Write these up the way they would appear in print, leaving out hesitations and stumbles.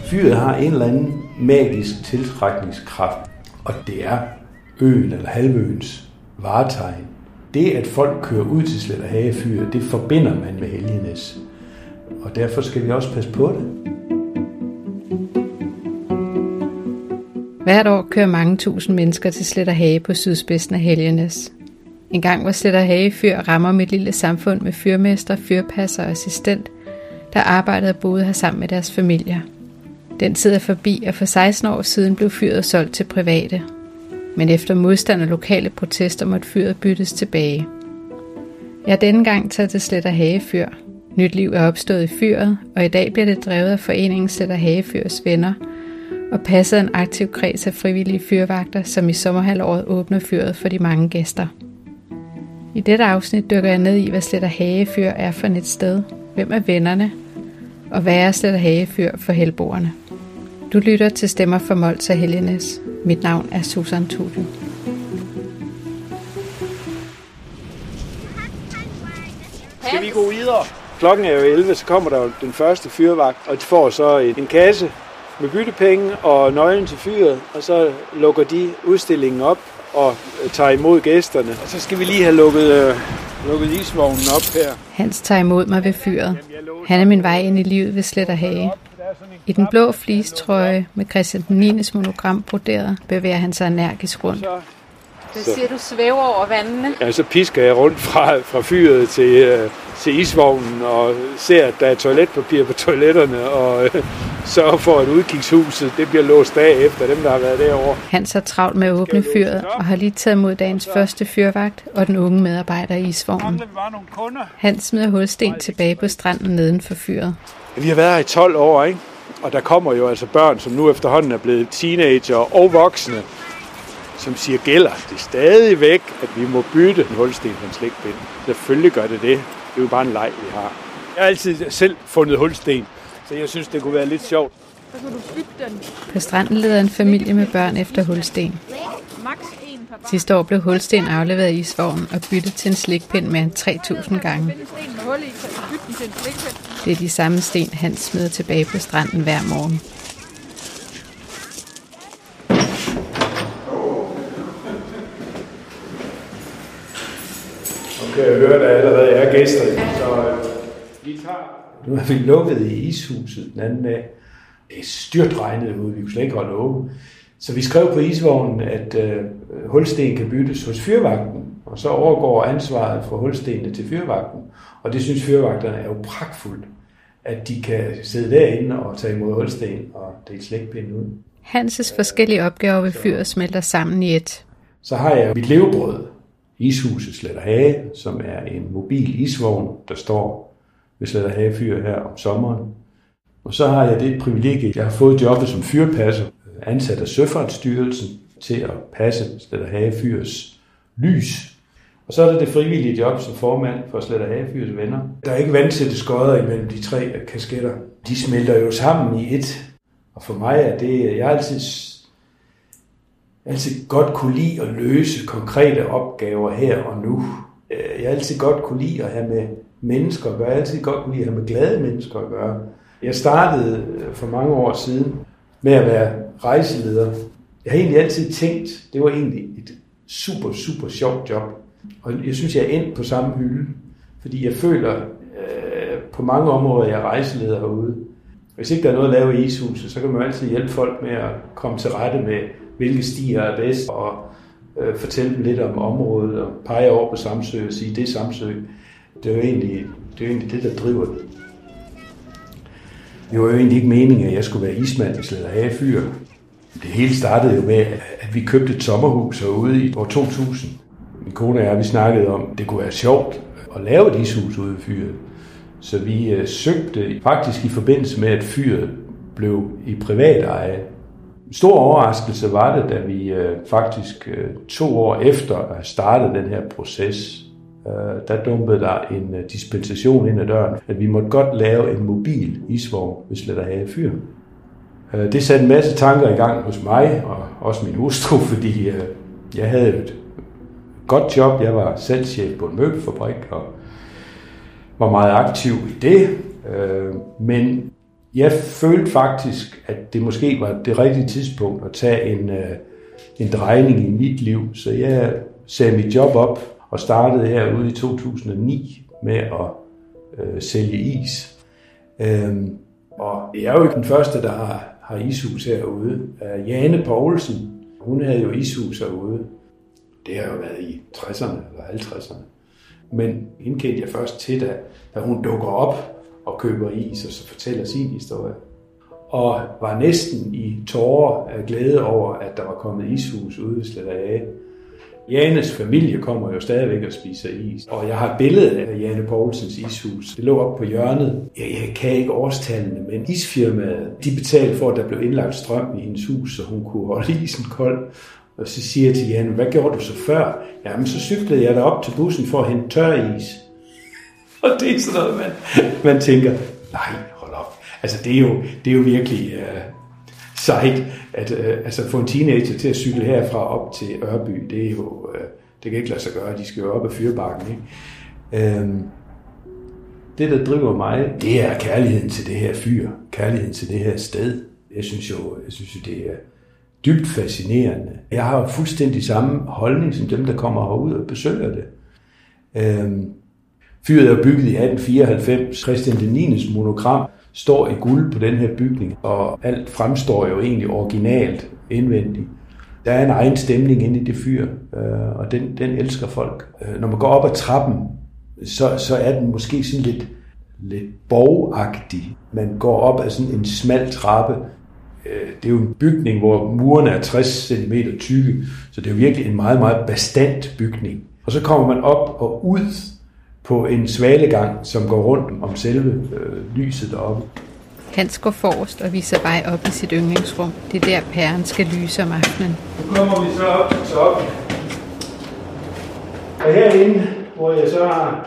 Fyret har en eller anden magisk tiltrækningskraft, og det er øen eller halvøens vartegn. Det, at folk kører ud til Sletterhage Fyr, det forbinder man med Helgenæs. Og derfor skal vi også passe på det. Hvert år kører mange tusind mennesker til Sletterhage på sydspidsen af Helgenæs. En gang var Sletterhage Fyr rammer med et lille samfund med fyrmester, fyrpasser og assistent, der arbejdede og boede her sammen med deres familier. Den tid er forbi, og for 16 år siden blev fyret solgt til private. Men efter modstand og lokale protester måtte fyret byttes tilbage. Jeg er denne gang taget til Sletterhage Fyr. Nyt liv er opstået i fyret, og i dag bliver det drevet af foreningen Sletterhage Fyrs venner, og passer en aktiv kreds af frivillige fyrvagter, som i sommerhalvåret åbner fyret for de mange gæster. I dette afsnit dykker jeg ned i, hvad Sletterhage Fyr er for et sted, hvem er vennerne, og hvad er Sletterhage Fyr for helboerne. Du lytter til Stemmer for Mols og Helgenæs. Mit navn er Susan Tudu. Skal vi gå videre? Klokken er jo 11, så kommer der jo den første fyrvagt, og de får så en kasse med byttepenge og nøglen til fyret, og så lukker de udstillingen op og tager imod gæsterne. Og så skal vi lige have lukket isvognen op her. Hans tager imod mig ved fyret. Han er min vej ind i livet ved Sletterhage. I den blå fleecetrøje med Christian den 9. monogram broderet bevæger han sig energisk rundt. Det siger, du svæver over vandene. Ja, så pisker jeg rundt fra fyret til isvognen og ser, at der er toiletpapir på toiletterne og sørger for, at udkigshuset det bliver låst af efter dem, der har været derovre. Hans har travlt med at åbne fyret og har lige taget mod dagens første fyrvagt og den unge medarbejder i isvognen. Hans smider hulsten tilbage på stranden neden for fyret. Vi har været her i 12 år, ikke? Og der kommer jo altså børn, som nu efterhånden er blevet teenager og voksne, som siger, gælder det stadig væk, at vi må bytte en hulsten på en slikpind. Selvfølgelig gør det. Det er jo bare en leg, vi har. Jeg har altid selv fundet hulsten, så jeg synes, det kunne være lidt sjovt. Så kan du bytte den. På stranden leder en familie med børn efter hulsten. Sidste år blev hulsten afleveret i isvognen og byttet til en slikpind mere end 3.000 gange. Det er de samme sten, Hans smider tilbage på stranden hver morgen. Nu kan jeg høre, at der allerede er gæster, så vi tager... Nu har vi lukket i ishuset den anden dag. Det er styrtregnet ude, vi kunne slet ikke holde åben. Så vi skrev på isvognen, at hulsten kan byttes hos fyrvagten, og så overgår ansvaret for hulstenene til fyrvagten. Og det synes fyrvagterne er jo pragtfuldt, at de kan sidde derinde og tage imod hulsten og dele slikpinden ud. Hanses forskellige opgaver ved fyret smelter sammen i et. Så har jeg mit levebrød, ishuset Sletterhage, som er en mobil isvogn, der står ved Sletterhage Fyr her om sommeren. Og så har jeg det privilegie, jeg har fået jobbet som fyrpasser, ansat af Søfartsstyrelsen til at passe Sletterhage Fyrs lys. Og så er der det frivillige job som formand for Sletterhage Fyrs venner. Der er ikke vandsætte skodder imellem de 3 kasketter. De smelter jo sammen i et. Og for mig er det, jeg har altid godt kunne lide at løse konkrete opgaver her og nu. Jeg har altid godt kunne lide at have med mennesker at gøre. Jeg har altid godt kunne lide at have med glade mennesker at gøre. Jeg startede for mange år siden med at være rejseleder. Jeg har egentlig altid tænkt, det var egentlig et super sjovt job. Og jeg synes, jeg er endt på samme hylde, fordi jeg føler på mange områder, jeg er rejseleder herude. Hvis ikke der er noget at lave i ishuset, så kan man altid hjælpe folk med at komme til rette med, hvilke stier er bedst, og fortælle dem lidt om området, og pege over på Samsø og sige, det er Samsø. Det er jo egentlig det, der driver det. Det var jo egentlig ikke meningen, at jeg skulle være ismand i Sletterhage Fyr. Det hele startede jo med, at vi købte et sommerhus herude i år 2000. Min kone og jeg, vi snakkede om, at det kunne være sjovt at lave et ishus ude i fyret. Så vi søgte faktisk i forbindelse med, at fyret blev i privat eje. En stor overraskelse var det, da vi faktisk 2 år efter at starte den her proces, der dumpede der en dispensation ind ad døren, at vi måtte godt lave en mobil isvogn ved Sletterhage Fyr. Det satte en masse tanker i gang hos mig og også min hustru, fordi jeg havde et godt job. Jeg var salgschef på en møbelfabrik og var meget aktiv i det. Men Jeg følte faktisk, at det måske var det rigtige tidspunkt at tage en drejning i mit liv, så jeg sagde mit job op og startede herude i 2009 med at sælge is. Og jeg er jo ikke den første, der har ishus herude. Jane Poulsen, hun havde jo ishus herude. Det har jo været i 60'erne eller 50'erne. Men hende kendte jeg først til, da hun dukker op og køber is og så fortæller sin historie. Og var næsten i tårer af glæde over, at der var kommet ishus ude ved Sletterhage. Janes familie kommer jo stadigvæk og spiser is. Og jeg har et billede af Jane Poulsens ishus. Det lå op på hjørnet. Jeg kan ikke årstallene, men isfirmaet, de betalte for, at der blev indlagt strøm i hendes hus, så hun kunne holde isen kold. Og så siger jeg til Jane, hvad gjorde du så før? Jamen, så cyklede jeg derop til bussen for at hente tør is. Og det er sådan noget, man tænker, nej, hold op. Altså, det er jo virkelig sejt, at få en teenager til at cykle herfra op til Ørby. Det er jo, det kan ikke lade sig gøre, de skal jo op ad Fyrbakken, ikke? Det, der driver mig, det er kærligheden til det her fyr, kærligheden til det her sted. Jeg synes jo, det er dybt fascinerende. Jeg har fuldstændig samme holdning som dem, der kommer herud og besøger det. Fyret er bygget i 1894. Christian den 9's monogram står i guld på den her bygning, og alt fremstår jo egentlig originalt indvendigt. Der er en egen stemning inde i det fyr, og den elsker folk. Når man går op ad trappen, så er den måske sådan lidt borgagtig. Man går op ad sådan en smal trappe. Det er jo en bygning, hvor murene er 60 cm tykke, så det er jo virkelig en meget, meget bastant bygning. Og så kommer man op og ud på en svalegang, som går rundt om selve lyset deroppe. Hans går forrest og viser vej op i sit yndlingsrum. Det er der pæren skal lyse om aftenen. Nu kommer vi så op til toppen. Og herinde, hvor jeg så har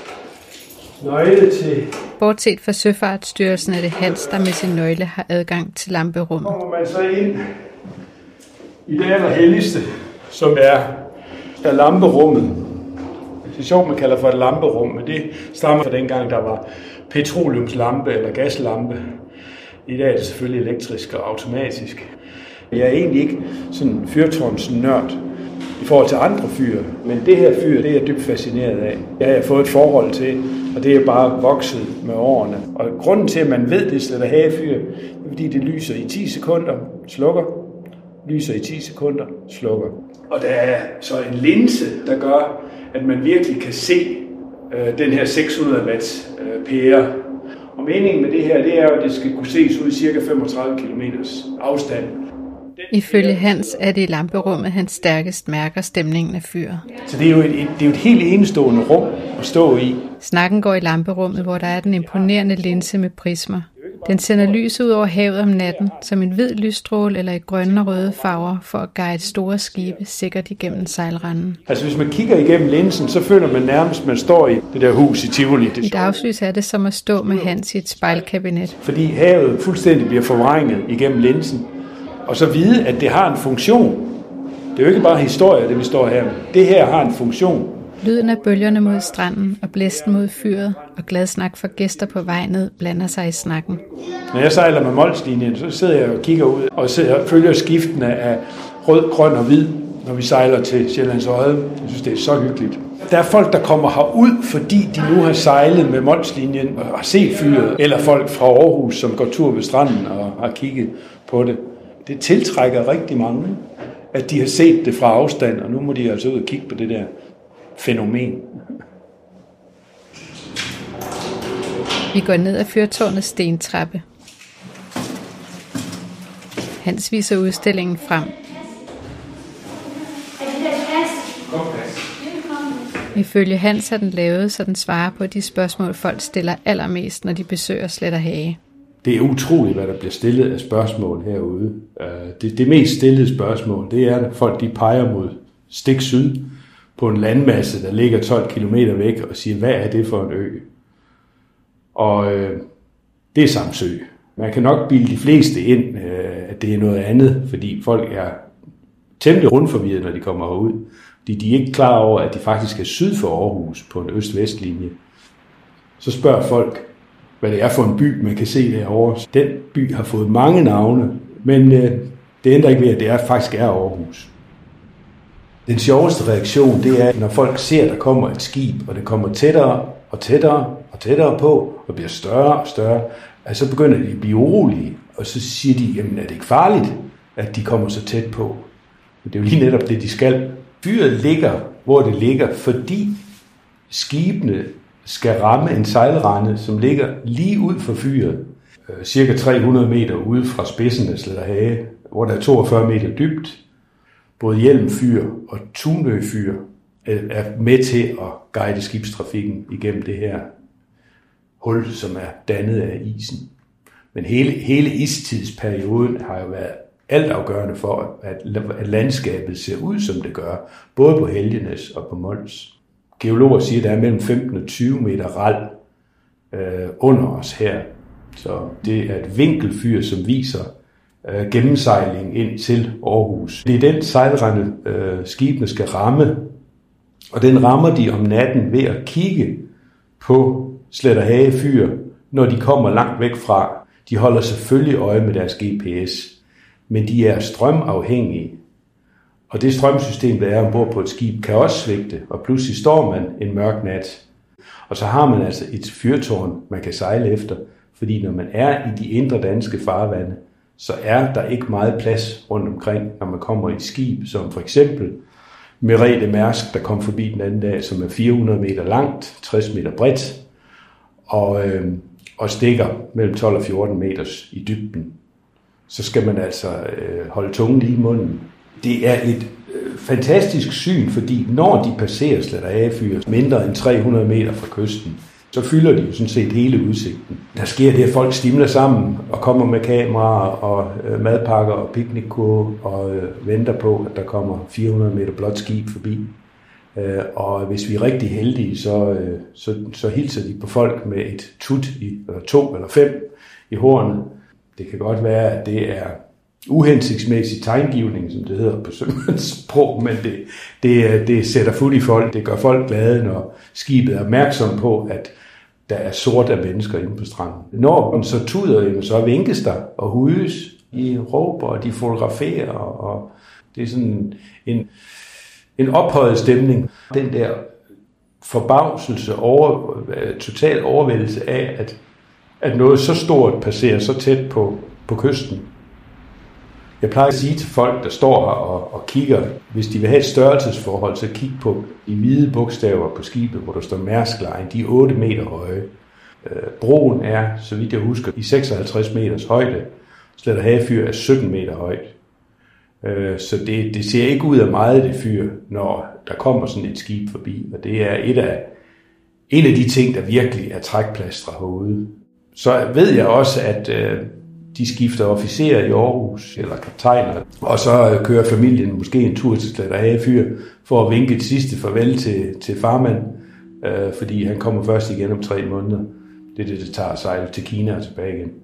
nøgle til... Bortset fra Søfartsstyrelsen er det Hans, der med sin nøgle har adgang til lamperummet. Så kommer man så ind i det allerhelligste, som er lamperummet. Det er sjovt, man kalder for et lamperum, men det stammer fra dengang, der var petroleumslampe eller gaslampe. I dag er det selvfølgelig elektrisk og automatisk. Jeg er egentlig ikke sådan fyrtårnsnørd i forhold til andre fyr, men det her fyr, det er jeg dybt fascineret af. Jeg har fået et forhold til, og det er bare vokset med årene. Og grunden til, at man ved, det er Sletterhage fyr, det er fordi, det lyser i 10 sekunder, slukker, lyser i 10 sekunder, slukker. Og der er så en linse, der gør, at man virkelig kan se den her 600 watts pære. Og meningen med det her, det er jo, at det skal kunne ses ud i cirka 35 km afstand. Ifølge Hans er det i lamperummet, han stærkest mærker stemningen af fyret. Så det er jo et helt enestående rum at stå i. Snakken går i lamperummet, hvor der er den imponerende linse med prismer. Den sender lys ud over havet om natten, som en hvid lysstråle eller i grønne og røde farver, for at guide store skibe sikkert igennem sejlranden. Altså hvis man kigger igennem linsen, så føler man nærmest, at man står i det der hus i Tivoli. I dagslys er det som at stå med Hans i et spejlkabinet. Fordi havet fuldstændig bliver forvrænget igennem linsen. Og så vide, at det har en funktion. Det er jo ikke bare historie, det vi står her med. Det her har en funktion. Lyden af bølgerne mod stranden og blæsten mod fyret og glad snak for gæster på vej ned blander sig i snakken. Når jeg sejler med Molslinjen, så sidder jeg og kigger ud og følger skiftene af rød, grøn og hvid, når vi sejler til Sjællands Odde. Jeg synes, det er så hyggeligt. Der er folk, der kommer herud, fordi de nu har sejlet med Molslinjen og har set fyret, eller folk fra Aarhus, som går tur ved stranden og har kigget på det. Det tiltrækker rigtig mange, at de har set det fra afstand, og nu må de altså ud og kigge på det der fænomen. Vi går ned ad fyrtårnets stentrappe. Hans viser udstillingen frem. Ifølge Hans er den lavet, så den svarer på de spørgsmål, folk stiller allermest, når de besøger Sletterhage. Det er utroligt, hvad der bliver stillet af spørgsmål herude. Det mest stillede spørgsmål, det er, at folk de peger mod stik syd på en landmasse, der ligger 12 kilometer væk, og siger, hvad er det for en ø? Og det er Samsø. Man kan nok bilde de fleste ind, at det er noget andet, fordi folk er temmelig rundforvirret, når de kommer herud. De er ikke klar over, at de faktisk er syd for Aarhus på en øst-vest linje. Så spørger folk, hvad det er for en by, man kan se derovre. Den by har fået mange navne, men det ændrer ikke ved, at det faktisk er Aarhus. Den sjoveste reaktion, det er, når folk ser, at der kommer et skib, og det kommer tættere og tættere og tættere på, og bliver større og større, og så begynder de at blive urolige, og så siger de, jamen er det ikke farligt, at de kommer så tæt på? Men det er jo lige netop det, de skal. Fyret ligger, hvor det ligger, fordi skibene skal ramme en sejlrende, som ligger lige ud for fyret, cirka 300 meter ude fra spidsen af Sletterhage, hvor der er 42 meter dybt. Både Hjelm-fyr og Tunø-fyr er med til at guide skibstrafikken igennem det her hul, som er dannet af isen. Men hele istidsperioden har jo været altafgørende for, at landskabet ser ud, som det gør, både på Helgenæs og på Mols. Geologer siger, at der er mellem 15 og 20 meter ral under os her. Så det er et vinkelfyr, som viser gennemsejling ind til Aarhus. Det er den sejlrende, skibene skal ramme, og den rammer de om natten ved at kigge på Sletterhage fyr, når de kommer langt væk fra. De holder selvfølgelig øje med deres GPS, men de er strømafhængige. Og det strømsystem, der er ombord på et skib, kan også svigte, og pludselig står man en mørk nat. Og så har man altså et fyrtårn, man kan sejle efter, fordi når man er i de indre danske farvande, så er der ikke meget plads rundt omkring, når man kommer i et skib, som for eksempel Merete Mærsk, der kom forbi den anden dag, som er 400 meter langt, 60 meter bredt, og stikker mellem 12 og 14 meters i dybden. Så skal man altså holde tungen lige i munden. Det er et fantastisk syn, fordi når de passerer Sletterhagefyr mindre end 300 meter fra kysten, så fylder de jo sådan set hele udsigten. Der sker det, at folk stimler sammen og kommer med kameraer og madpakker og picnickurve og venter på, at der kommer 400 meter blåt skib forbi. Og hvis vi er rigtig heldige, så hilser de på folk med et tut, eller 2 eller 5 i hornet. Det kan godt være, at det er uhensigtsmæssig tegngivning, som det hedder på sømandssprog, men det sætter fuld i folk. Det gør folk glade, når skibet er opmærksom på, at der er sort af mennesker inde på stranden. Når de så tuder, så vinkes der og hudes. De råber, og de fotograferer, og det er sådan en ophøjet stemning. Den der forbavselse, total overvældelse af, at noget så stort passerer så tæt på kysten. Jeg plejer at sige til folk, der står her og kigger, hvis de vil have et størrelsesforhold, så kig på de hvide bogstaver på skibet, hvor der står Mærsk Line. De er 8 meter høje. Broen er, så vidt jeg husker, i 56 meters højde. Sletterhagefyr er 17 meter højt. Så det ser ikke ud af meget, det fyr, når der kommer sådan et skib forbi. Og det er en af de ting, der virkelig er trækplastre herude. Så ved jeg også, at de skifter officerer i Aarhus, eller kaptajner, og så kører familien måske en tur til Sletterhagefyr for at vinke et sidste farvel til farmand, fordi han kommer først igen om 3 måneder. Det er det tager at sejle til Kina og tilbage igen.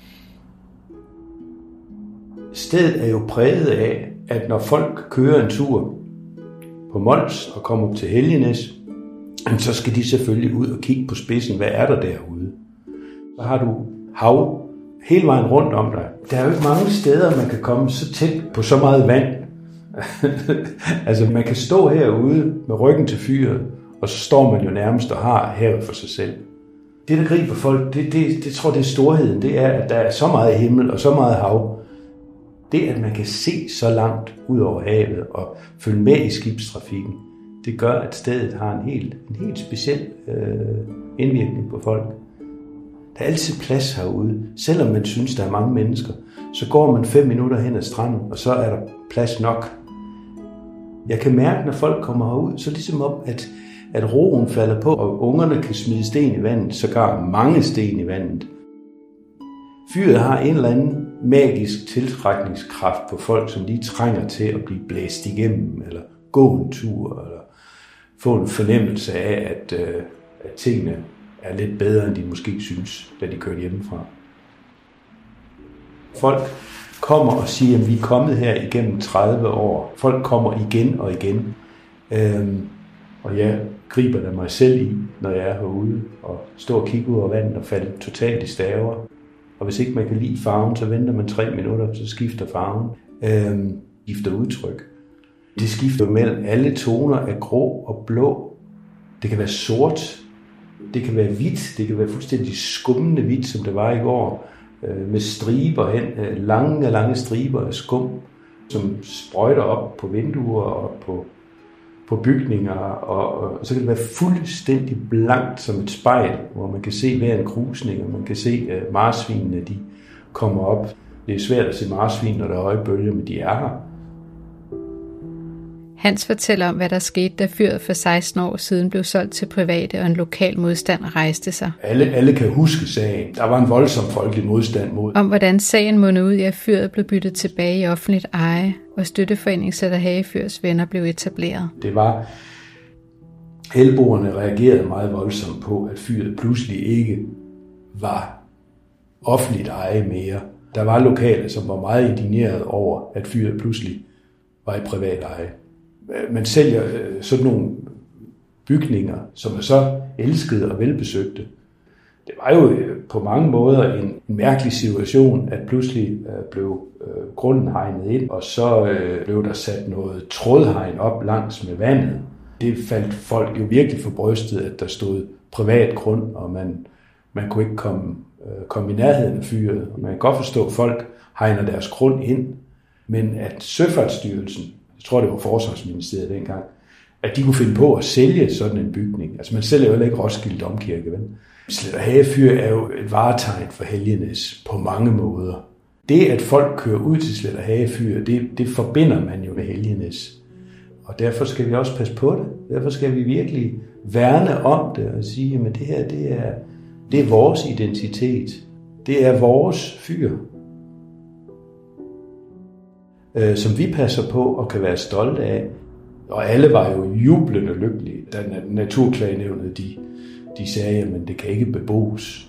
Stedet er jo præget af, at når folk kører en tur på Mols og kommer op til Helgenæs, så skal de selvfølgelig ud og kigge på spidsen. Hvad er der derude? Så har du hav hele vejen rundt om dig. Der er jo ikke mange steder, man kan komme så tæt på så meget vand. Altså, man kan stå herude med ryggen til fyret, og så står man jo nærmest og har havet for sig selv. Det, der griber folk, det tror det er storheden. Det er, at der er så meget himmel og så meget hav. Det, at man kan se så langt ud over havet og følge med i skibstrafikken, det gør, at stedet har en helt speciel indvirkning på folk. Der er altid plads herude. Selvom man synes, der er mange mennesker, så går man 5 minutter hen ad stranden, og så er der plads nok. Jeg kan mærke, når folk kommer herud, så ligesom om, at roen falder på, og ungerne kan smide sten i vandet, sågar mange sten i vandet. Fyret har en eller anden magisk tiltrækningskraft på folk, som lige trænger til at blive blæst igennem, eller gå en tur, eller få en fornemmelse af, at tingene er lidt bedre, end de måske synes, da de kørte hjemmefra. Folk kommer og siger, at vi er kommet her igennem 30 år. Folk kommer igen og igen. Og jeg griber da mig selv i, når jeg er herude, og står og kigger ud over vandet og falder totalt i staver. Og hvis ikke man kan lide farven, så venter man 3 minutter, så skifter farven. Skifter udtryk. Det skifter mellem alle toner af grå og blå. Det kan være sort, det kan være hvidt, det kan være fuldstændig skummende hvidt, som det var i går, med striber hen, lange striber af skum, som sprøjter op på vinduer og på bygninger, og så kan det være fuldstændig blankt som et spejl, hvor man kan se hver en krusning, og man kan se marsvinene, de kommer op. Det er svært at se marsvin, når der er høje bølger, men de er her. Hans fortæller om, hvad der skete, da fyret for 16 år siden blev solgt til private, og en lokal modstand rejste sig. Alle kan huske sagen. Der var en voldsom folkelig modstand mod. Om hvordan sagen mundede ud i, at fyret blev byttet tilbage i offentligt eje, og støtteforeningen Sletter Hagefyrs venner blev etableret. Det var, elboerne reagerede meget voldsomt på, at fyret pludselig ikke var offentligt eje mere. Der var lokale, som var meget indigneret over, at fyret pludselig var i privat eje. Man sælger sådan nogle bygninger, som er så elskede og velbesøgte. Det var jo på mange måder en mærkelig situation, at pludselig blev grunden hegnet ind, og så blev der sat noget trådhegn op langs med vandet. Det faldt folk jo virkelig for brystet, at der stod privat grund, og man kunne ikke komme i nærheden af fyret. Man kan godt forstå, at folk hegner deres grund ind, men at Søfartsstyrelsen, jeg tror det var Forsvarsministeriet dengang, at de kunne finde på at sælge sådan en bygning. Altså man sælger jo heller ikke Roskilde Domkirke, vel? Sletter Hagefyr er jo et varetegn for Helgenæs på mange måder. Det, at folk kører ud til Sletter Hagefyr, det forbinder man jo med Helgenæs. Og derfor skal vi også passe på det. Derfor skal vi virkelig værne om det og sige, at det her, det er vores identitet. Det er vores fyr, som vi passer på og kan være stolte af. Og alle var jo jublende lykkelige, da Naturklagenævnet de sagde, at det kan ikke beboes.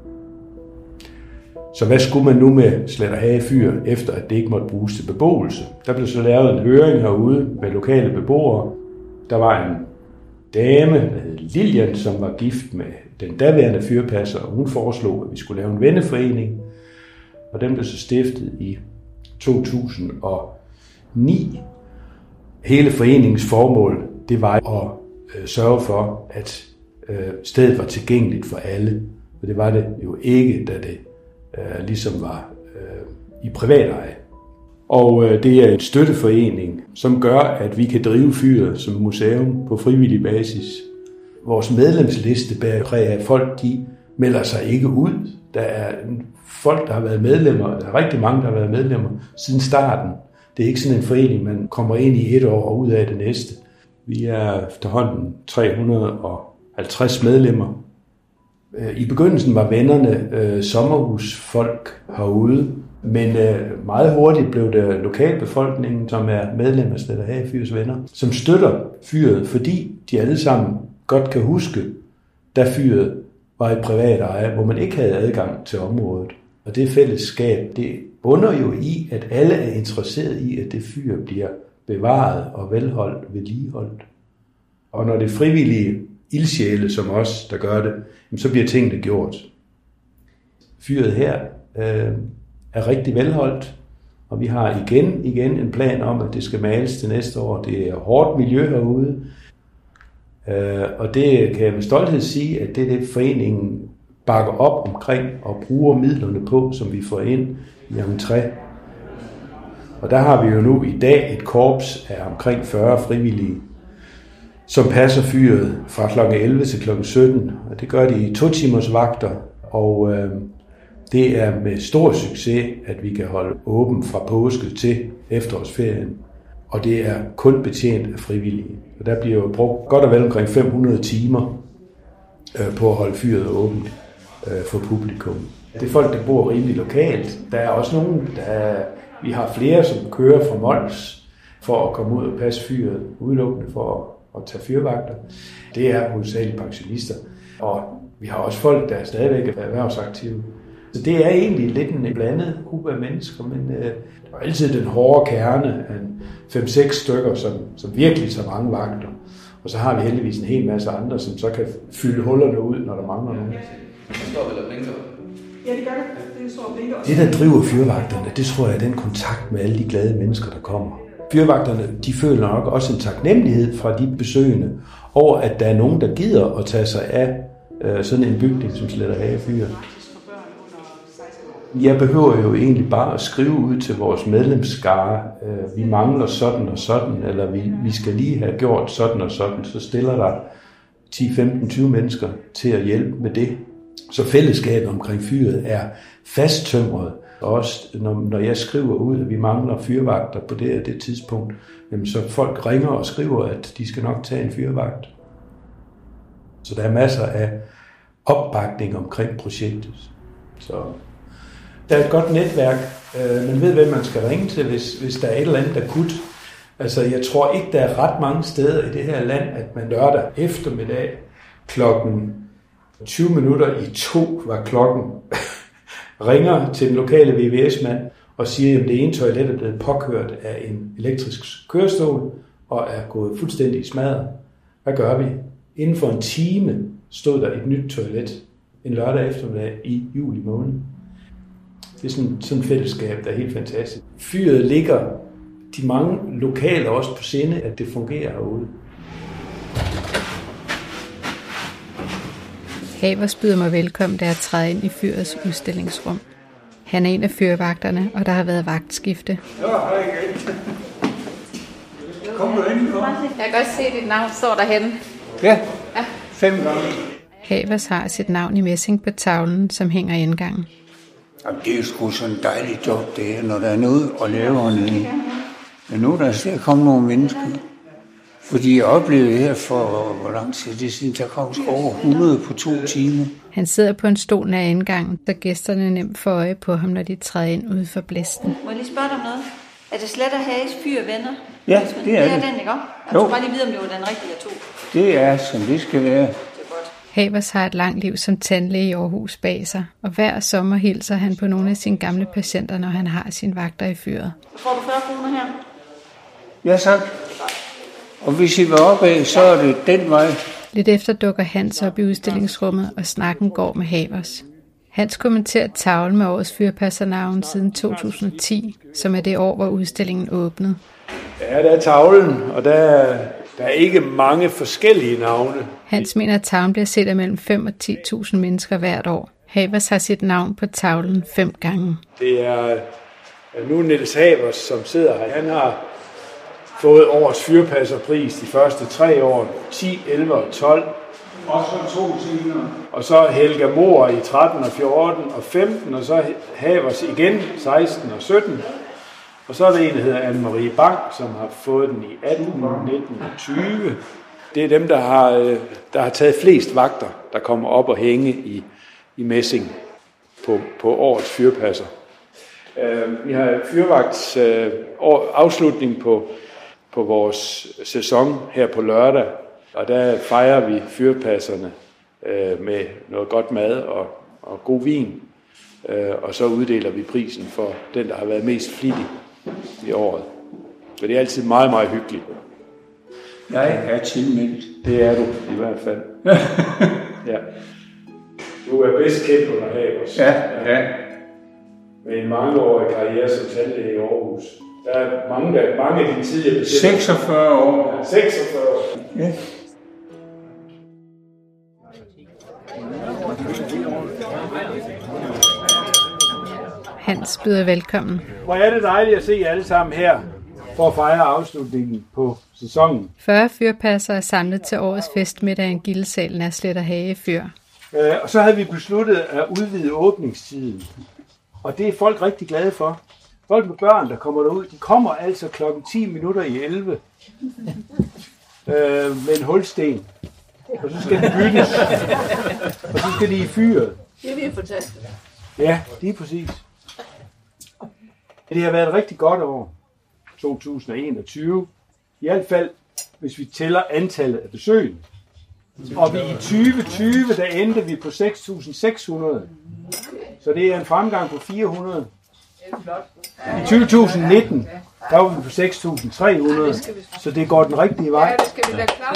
Så hvad skulle man nu med Sletter Hagefyr, efter at det ikke måtte bruges til beboelse? Der blev så lavet en høring herude med lokale beboere. Der var en dame, der hed Lilian, som var gift med den daværende fyrpasser, og hun foreslog, at vi skulle lave en venneforening. Og den blev så stiftet i 2009. Hele foreningens formål, det var at sørge for, at stedet var tilgængeligt for alle. Og det var det jo ikke, da det ligesom var i privat eje. Og det er en støtteforening, som gør, at vi kan drive fyret som museum på frivillig basis. Vores medlemsliste bærer præg af, at folk de melder sig ikke ud. Der er folk, der har været medlemmer, der er rigtig mange, der har været medlemmer siden starten. Det er ikke sådan en forening, man kommer ind i et år og ud af det næste. Vi er efterhånden 350 medlemmer. I begyndelsen var vennerne sommerhusfolk herude, men meget hurtigt blev det lokalbefolkningen, som er medlemmer af Sletter Hagefyrs venner, som støtter fyret, fordi de alle sammen godt kan huske, da fyret var i privat eje, hvor man ikke havde adgang til området. Og det fællesskab, det bunder jo i, at alle er interesseret i, at det fyr bliver bevaret og velholdt, vedligeholdt. Og når det er frivillige ildsjæle som os, der gør det, så bliver tingene gjort. Fyret her er rigtig velholdt, og vi har igen en plan om, at det skal males til næste år. Det er hårdt miljø herude, og det kan jeg med stolthed sige, at det er det, foreningen bakker op omkring og bruger midlerne på, som vi får ind i entré. Og der har vi jo nu i dag et korps af omkring 40 frivillige, som passer fyret fra kl. 11 til kl. 17. Og det gør de i 2 timers vagter, og det er med stor succes, at vi kan holde åben fra påske til efterårsferien. Og det er kun betjent af frivillige. Og der bliver jo brugt godt og vel omkring 500 timer på at holde fyret åbent for publikum. Det er folk, der bor rimelig lokalt. Der er også nogen, vi har flere, som kører fra Mols for at komme ud og passe fyret, udelukkende for at tage fyrvagter. Det er hovedsageligt pensionister. Og vi har også folk, der stadigvæk er erhvervsaktive. Så det er egentlig lidt en blandet gruppe af mennesker, men der er altid den hårde kerne af 5-6 stykker, som virkelig tager mange vagter. Og så har vi heldigvis en hel masse andre, som så kan fylde hullerne ud, når der mangler nogen. Det står vel og blinker? Ja, det gør det. Det står og blinker. Det, der driver fyrvagterne, det tror jeg er den kontakt med alle de glade mennesker, der kommer. Fyrvagterne, de føler nok også en taknemmelighed fra de besøgende over, at der er nogen, der gider at tage sig af sådan en bygning som Sletterhage Fyr. Jeg behøver jo egentlig bare at skrive ud til vores medlemsskare, vi mangler sådan og sådan, eller vi skal lige have gjort sådan og sådan, så stiller der 10, 15, 20 mennesker til at hjælpe med det. Så fællesskabet omkring fyret er fasttømret. Også når jeg skriver ud, at vi mangler fyrvagter på det tidspunkt, jamen så folk ringer og skriver, at de skal nok tage en fyrvagt. Så der er masser af opbakning omkring projektet. Så der er et godt netværk. Man ved, hvem man skal ringe til, hvis der er et eller andet akut. Altså, jeg tror ikke, der er ret mange steder i det her land, at man lørdag eftermiddag klokken 20 minutter i 2 var klokken, ringer til den lokale VVS-mand og siger, at det ene toilet er blevet påkørt af en elektrisk kørestol og er gået fuldstændig i smadret. Hvad gør vi? Inden for en time stod der et nyt toilet en lørdag eftermiddag i juli måned. Det er sådan et fællesskab, der er helt fantastisk. Fyret ligger de mange lokale også på sinde, at det fungerer herude. Havers byder mig velkommen, da jeg træder ind i fyrets udstillingsrum. Han er en af fyrvagterne, og der har været vagtskifte. Ja, hej igen. Kom du ind, så? Jeg kan godt se, at dit navn står derhenne. Ja, 5 gange. Havers har sit navn i messing på tavlen, som hænger i indgangen. Jamen, det er jo sgu sådan et dejligt job, det her, når der er noget at lave hernede. Men nu er der til at komme nogle mennesker. Fordi jeg oplevede her for, hvor lang tid det er siden, der kom over 100 på 2 timer. Han sidder på en stol nær indgangen, så gæsterne nemt får øje på ham, når de træder ind ude for blæsten. Må jeg lige spørge dig om noget? Er det Sletterhages Fyr venner? Ja, det er det. Det er den, ikke? Jeg skulle bare lige vide, om det var den rigtige, jeg tog. Det er, som det skal være. Det er godt. Havers har et langt liv som tandlæge i Aarhus bag sig, og hver sommer hilser han på nogle af sine gamle patienter, når han har sine vagter i fyret. Får du 40 kroner her? Ja, tak. Og hvis I var oppe, så er det den vej. Lidt efter dukker Hans op i udstillingsrummet, og snakken går med Havers. Hans kommenterer tavlen med årets fyrpassernavn siden 2010, som er det år, hvor udstillingen åbnede. Ja, der er tavlen, og der er ikke mange forskellige navne. Hans mener, at tavlen bliver set af mellem 5 og 10.000 mennesker hvert år. Havers har sit navn på tavlen 5 gange. Det er nu Niels Havers, som sidder her. Han har fået årets fyrpasserpris de første 3 år, 10, 11 og 12. Og så 2 timer. Og så Helga Mohr i 13 og 14 og 15, og så Havers igen 16 og 17. Og så er der en, der hedder Anne-Marie Bang, som har fået den i 18, 19 og 20. Det er dem, der har taget flest vagter, der kommer op og hænge i messing på årets fyrpasser. Vi har fyrvagts afslutning på vores sæson her på lørdag, og der fejrer vi fyrpasserne med noget godt mad og god vin, og så uddeler vi prisen for den, der har været mest flittig i året. Så det er altid meget, meget hyggeligt. Jeg er tilmeldt. Det er du i hvert fald. Ja. Du er bedst kendt under Havers. Ja. Med en mangeårig karriere som tandlæge i Aarhus. Der er mange af de tidligere patienter. 46 år. 46 år. Ja. Hans byder velkommen. Hvor er det dejligt at se jer alle sammen her for at fejre afslutningen på sæsonen. 40 fyrpasser er samlet til årets festmiddag i en gildesalen af Sletterhage Fyr. Og så havde vi besluttet at udvide åbningstiden. Og det er folk rigtig glade for. Folk med børn, der kommer derud, de kommer altså klokken 10 minutter i 11 med en hulsten. Og så skal de byttes. Og så skal de i fyret. Det er fantastisk. Ja, lige præcis. Det har været et rigtig godt år, 2021. I hvert fald, hvis vi tæller antallet af besøgende. Og vi i 2020, der endte vi på 6.600. Så det er en fremgang på 400. I 2019, der var vi på 6.300, så det går den rigtige vej. Ja, det skal vi da klare.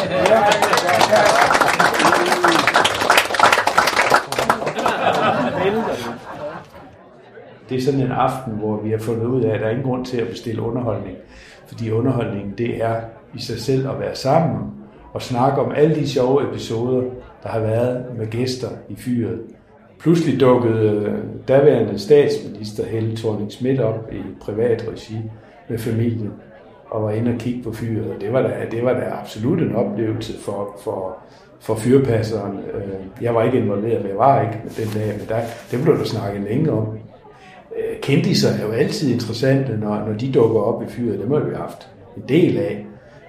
Det er sådan en aften, hvor vi har fundet ud af, at der er ingen grund til at bestille underholdning. Fordi underholdningen, det er i sig selv at være sammen og snakke om alle de sjove episoder, der har været med gæster i fyret. Pludselig dukkede daværende statsminister Helle Thorning-Schmidt op i privat regi med familien og var inde og kigge på fyret. Det var da absolut en oplevelse for fyrpasseren. Jeg var ikke involveret, men jeg var ikke den dag, men det blev der snakket længe om. Kendiser er jo altid interessante, når de dukker op i fyret. Dem har vi haft en del af.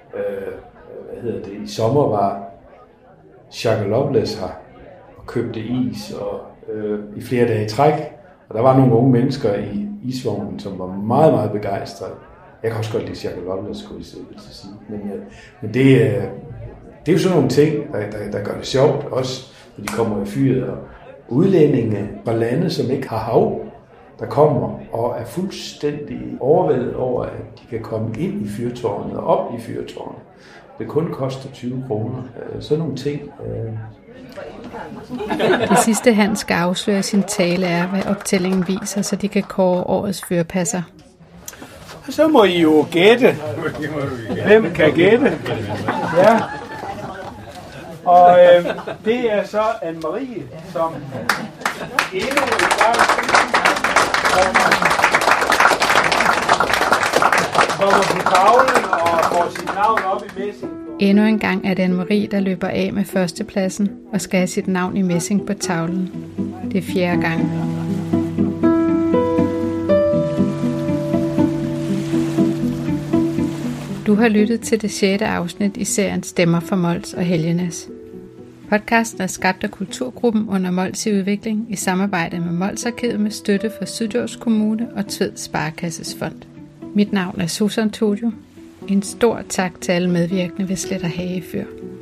I sommer var Shaka Loveless her og købte is og i flere dage i træk. Og der var nogle unge mennesker i isvognen, som var meget, meget begejstrede. Jeg kan også godt lide Shaka Loveless, skulle jeg sige. Men det er jo sådan nogle ting, der gør det sjovt, også når de kommer i fyret. Og udlændinge fra lande, som ikke har hav, der kommer og er fuldstændig overvældet over, at de kan komme ind i fyrtårnet og op i fyrtårnet. Det kun koster 20 kroner. Sådan nogle ting. Det sidste, han skal afsløre sin tale, er, hvad optællingen viser, så de kan kåre årets fyrpasser. Så må I jo gætte. Hvem kan gætte? Ja. Og det er så Anne-Marie, som endnu en gang kommer på tavlen og får sit navn op i messing. Endnu en gang er det Anne-Marie, der løber af med førstepladsen og skal have sit navn i messing på tavlen. Det er 4. gang. Du har lyttet til det 6. afsnit i serien Stemmer for Mols og Helgenæs. Podcasten er skabt af Kulturgruppen under Mols i udvikling i samarbejde med Molsarkivet med støtte fra Syddjurs Kommune og Tved Sparekassesfond. Mit navn er Susan Todio. En stor tak til alle medvirkende ved Slet og Hage Fyr.